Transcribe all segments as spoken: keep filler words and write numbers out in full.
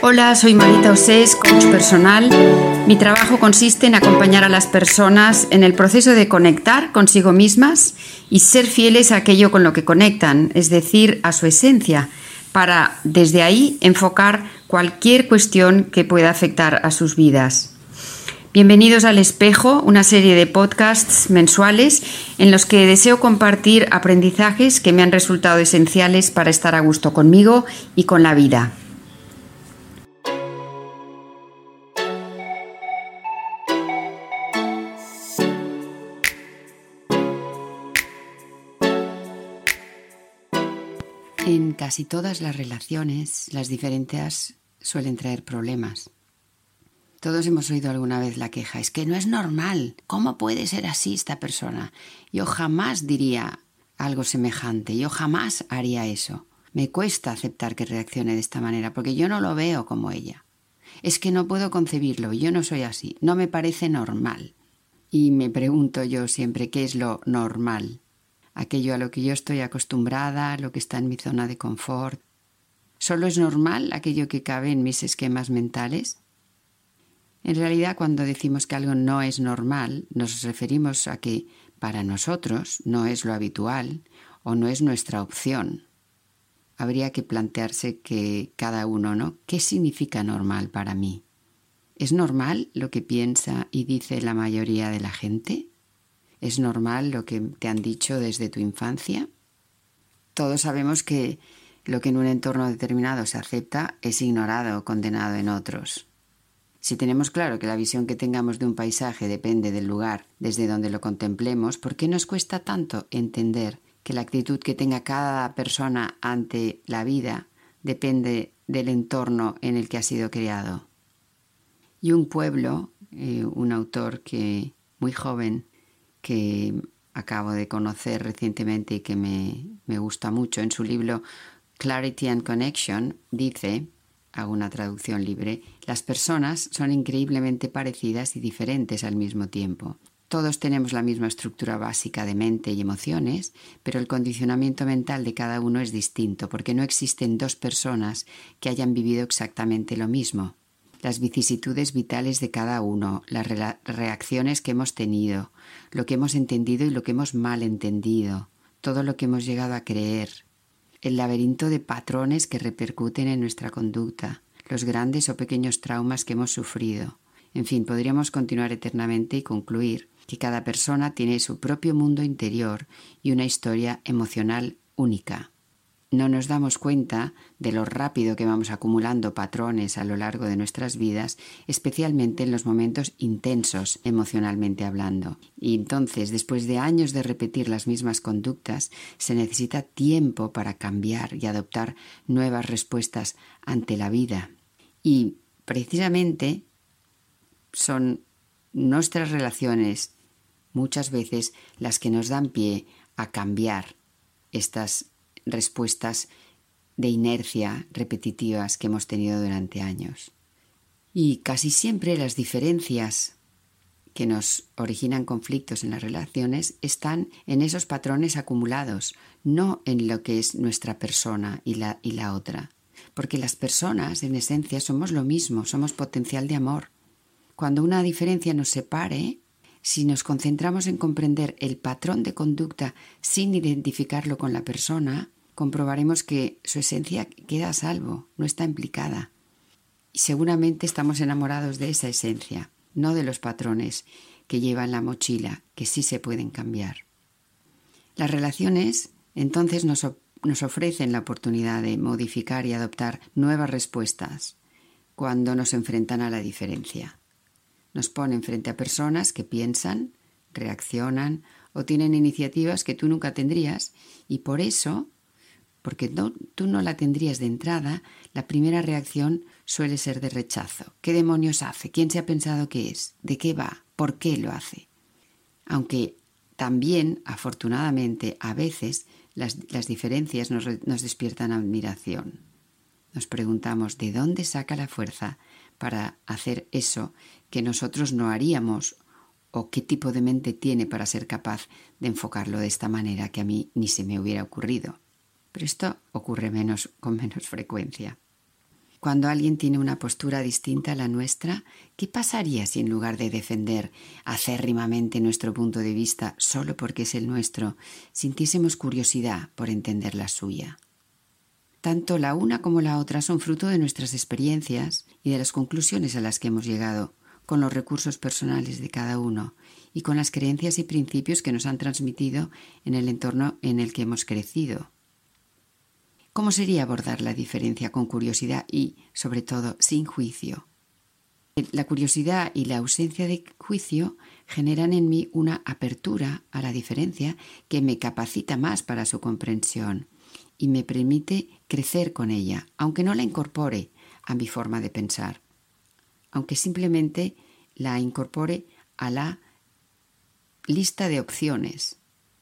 Hola, soy Marita Osés, coach personal. Mi trabajo consiste en acompañar a las personas en el proceso de conectar consigo mismas y ser fieles a aquello con lo que conectan, es decir, a su esencia, para desde ahí enfocar cualquier cuestión que pueda afectar a sus vidas. Bienvenidos al Espejo, una serie de podcasts mensuales en los que deseo compartir aprendizajes que me han resultado esenciales para estar a gusto conmigo y con la vida. En casi todas las relaciones, las diferencias suelen traer problemas. Todos hemos oído alguna vez la queja, es que no es normal, ¿cómo puede ser así esta persona? Yo jamás diría algo semejante, yo jamás haría eso. Me cuesta aceptar que reaccione de esta manera porque yo no lo veo como ella. Es que no puedo concebirlo, yo no soy así, no me parece normal. Y me pregunto yo siempre, ¿qué es lo normal? Aquello a lo que yo estoy acostumbrada, lo que está en mi zona de confort. ¿Solo es normal aquello que cabe en mis esquemas mentales? En realidad, cuando decimos que algo no es normal, nos referimos a que para nosotros no es lo habitual o no es nuestra opción. Habría que plantearse que cada uno, ¿no? ¿Qué significa normal para mí? ¿Es normal lo que piensa y dice la mayoría de la gente? ¿Es normal lo que te han dicho desde tu infancia? Todos sabemos que lo que en un entorno determinado se acepta es ignorado o condenado en otros. Si tenemos claro que la visión que tengamos de un paisaje depende del lugar desde donde lo contemplemos, ¿por qué nos cuesta tanto entender que la actitud que tenga cada persona ante la vida depende del entorno en el que ha sido criado? Y un pueblo, eh, un autor que muy joven, que acabo de conocer recientemente y que me, me gusta mucho, en su libro Clarity and Connection, dice, hago una traducción libre, las personas son increíblemente parecidas y diferentes al mismo tiempo. Todos tenemos la misma estructura básica de mente y emociones, pero el condicionamiento mental de cada uno es distinto, porque no existen dos personas que hayan vivido exactamente lo mismo. Las vicisitudes vitales de cada uno, las re- reacciones que hemos tenido, lo que hemos entendido y lo que hemos mal entendido, todo lo que hemos llegado a creer, el laberinto de patrones que repercuten en nuestra conducta, los grandes o pequeños traumas que hemos sufrido. En fin, podríamos continuar eternamente y concluir que cada persona tiene su propio mundo interior y una historia emocional única. No nos damos cuenta de lo rápido que vamos acumulando patrones a lo largo de nuestras vidas, especialmente en los momentos intensos emocionalmente hablando. Y entonces, después de años de repetir las mismas conductas, se necesita tiempo para cambiar y adoptar nuevas respuestas ante la vida. Y precisamente son nuestras relaciones muchas veces las que nos dan pie a cambiar estas respuestas de inercia repetitivas que hemos tenido durante años. Y casi siempre las diferencias que nos originan conflictos en las relaciones están en esos patrones acumulados, no en lo que es nuestra persona y la, y la otra. Porque las personas, en esencia, somos lo mismo, somos potencial de amor. Cuando una diferencia nos separe, si nos concentramos en comprender el patrón de conducta sin identificarlo con la persona, comprobaremos que su esencia queda a salvo, no está implicada. Y seguramente estamos enamorados de esa esencia, no de los patrones que lleva en la mochila, que sí se pueden cambiar. Las relaciones, entonces, nos, nos ofrecen la oportunidad de modificar y adoptar nuevas respuestas cuando nos enfrentan a la diferencia. Nos ponen frente a personas que piensan, reaccionan o tienen iniciativas que tú nunca tendrías y por eso, porque no, tú no la tendrías de entrada, la primera reacción suele ser de rechazo. ¿Qué demonios hace? ¿Quién se ha pensado que es? ¿De qué va? ¿Por qué lo hace? Aunque también, afortunadamente, a veces las, las diferencias nos, nos despiertan admiración. Nos preguntamos ¿de dónde saca la fuerza para hacer eso que nosotros no haríamos? ¿O qué tipo de mente tiene para ser capaz de enfocarlo de esta manera que a mí ni se me hubiera ocurrido? Pero esto ocurre menos, con menos frecuencia. Cuando alguien tiene una postura distinta a la nuestra, ¿qué pasaría si en lugar de defender acérrimamente nuestro punto de vista solo porque es el nuestro, sintiésemos curiosidad por entender la suya? Tanto la una como la otra son fruto de nuestras experiencias y de las conclusiones a las que hemos llegado, con los recursos personales de cada uno y con las creencias y principios que nos han transmitido en el entorno en el que hemos crecido. ¿Cómo sería abordar la diferencia con curiosidad y, sobre todo, sin juicio? La curiosidad y la ausencia de juicio generan en mí una apertura a la diferencia que me capacita más para su comprensión y me permite crecer con ella, aunque no la incorpore a mi forma de pensar, aunque simplemente la incorpore a la lista de opciones.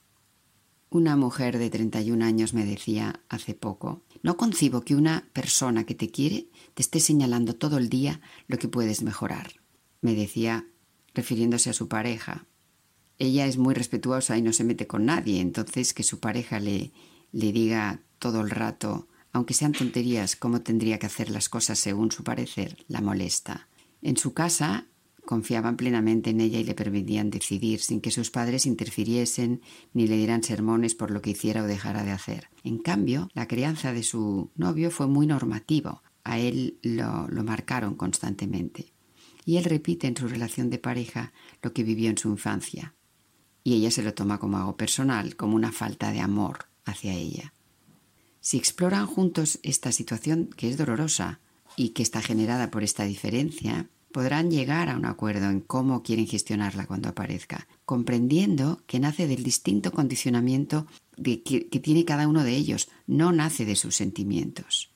Una mujer de treinta y un años me decía hace poco: no concibo que una persona que te quiere te esté señalando todo el día lo que puedes mejorar. Me decía refiriéndose a su pareja. Ella es muy respetuosa y no se mete con nadie, entonces que su pareja le, le diga todo el rato, aunque sean tonterías, cómo tendría que hacer las cosas según su parecer, la molesta. En su casa confiaban plenamente en ella y le permitían decidir sin que sus padres interfiriesen ni le dieran sermones por lo que hiciera o dejara de hacer. En cambio, la crianza de su novio fue muy normativo. A él lo, lo marcaron constantemente. Y él repite en su relación de pareja lo que vivió en su infancia. Y ella se lo toma como algo personal, como una falta de amor hacia ella. Si exploran juntos esta situación, que es dolorosa y que está generada por esta diferencia, podrán llegar a un acuerdo en cómo quieren gestionarla cuando aparezca, comprendiendo que nace del distinto condicionamiento de que, que tiene cada uno de ellos, no nace de sus sentimientos.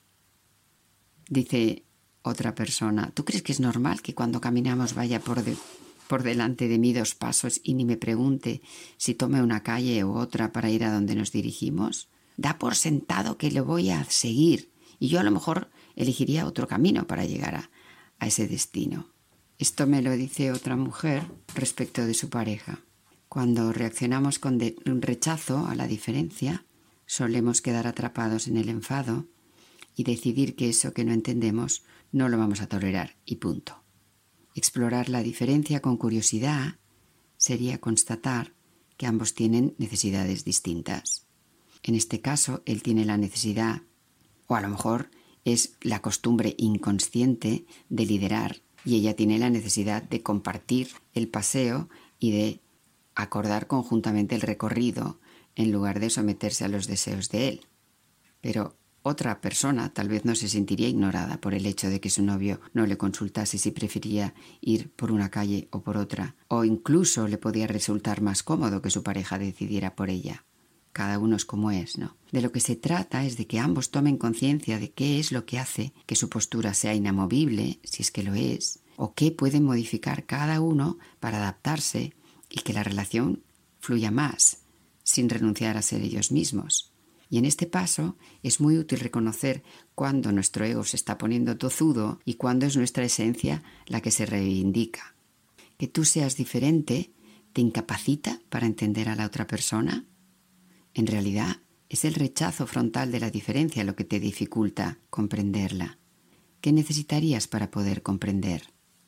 Dice otra persona: ¿tú crees que es normal que cuando caminamos vaya por, de, por delante de mí dos pasos y ni me pregunte si tome una calle u otra para ir a donde nos dirigimos? Da por sentado que lo voy a seguir y yo a lo mejor elegiría otro camino para llegar a a ese destino. Esto me lo dice otra mujer respecto de su pareja. Cuando reaccionamos con de, un rechazo a la diferencia, solemos quedar atrapados en el enfado y decidir que eso que no entendemos no lo vamos a tolerar y punto. Explorar la diferencia con curiosidad sería constatar que ambos tienen necesidades distintas. En este caso, él tiene la necesidad, o a lo mejor es la costumbre inconsciente de liderar y ella tiene la necesidad de compartir el paseo y de acordar conjuntamente el recorrido en lugar de someterse a los deseos de él. Pero otra persona tal vez no se sentiría ignorada por el hecho de que su novio no le consultase si prefería ir por una calle o por otra, o incluso le podía resultar más cómodo que su pareja decidiera por ella. Cada uno es como es, ¿no? De lo que se trata es de que ambos tomen conciencia de qué es lo que hace que su postura sea inamovible, si es que lo es, o qué pueden modificar cada uno para adaptarse y que la relación fluya más, sin renunciar a ser ellos mismos. Y en este paso es muy útil reconocer cuándo nuestro ego se está poniendo tozudo y cuándo es nuestra esencia la que se reivindica. Que tú seas diferente te incapacita para entender a la otra persona. En realidad, es el rechazo frontal de la diferencia lo que te dificulta comprenderla. ¿Qué necesitarías para poder comprender?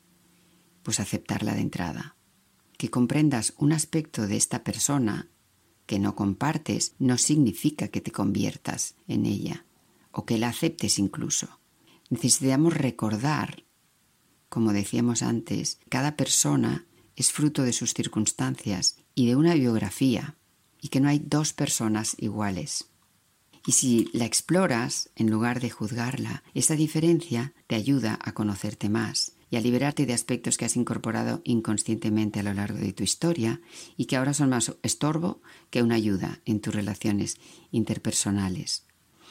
Pues aceptarla de entrada. Que comprendas un aspecto de esta persona que no compartes no significa que te conviertas en ella o que la aceptes incluso. Necesitamos recordar, como decíamos antes, cada persona es fruto de sus circunstancias y de una biografía, y que no hay dos personas iguales. Y si la exploras, en lugar de juzgarla, esa diferencia te ayuda a conocerte más y a liberarte de aspectos que has incorporado inconscientemente a lo largo de tu historia y que ahora son más estorbo que una ayuda en tus relaciones interpersonales.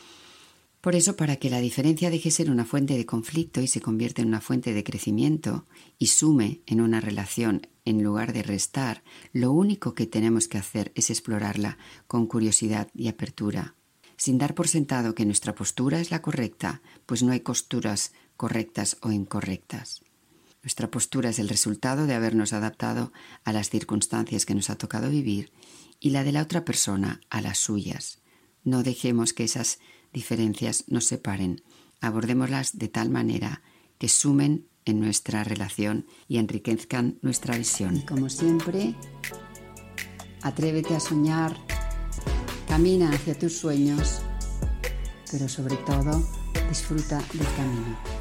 Por eso, para que la diferencia deje de ser una fuente de conflicto y se convierta en una fuente de crecimiento y sume en una relación en lugar de restar, lo único que tenemos que hacer es explorarla con curiosidad y apertura, sin dar por sentado que nuestra postura es la correcta, pues no hay posturas correctas o incorrectas. Nuestra postura es el resultado de habernos adaptado a las circunstancias que nos ha tocado vivir y la de la otra persona a las suyas. No dejemos que esas diferencias nos separen, abordémoslas de tal manera que sumen en nuestra relación y enriquezcan nuestra visión. Y como siempre, atrévete a soñar, camina hacia tus sueños, pero sobre todo disfruta del camino.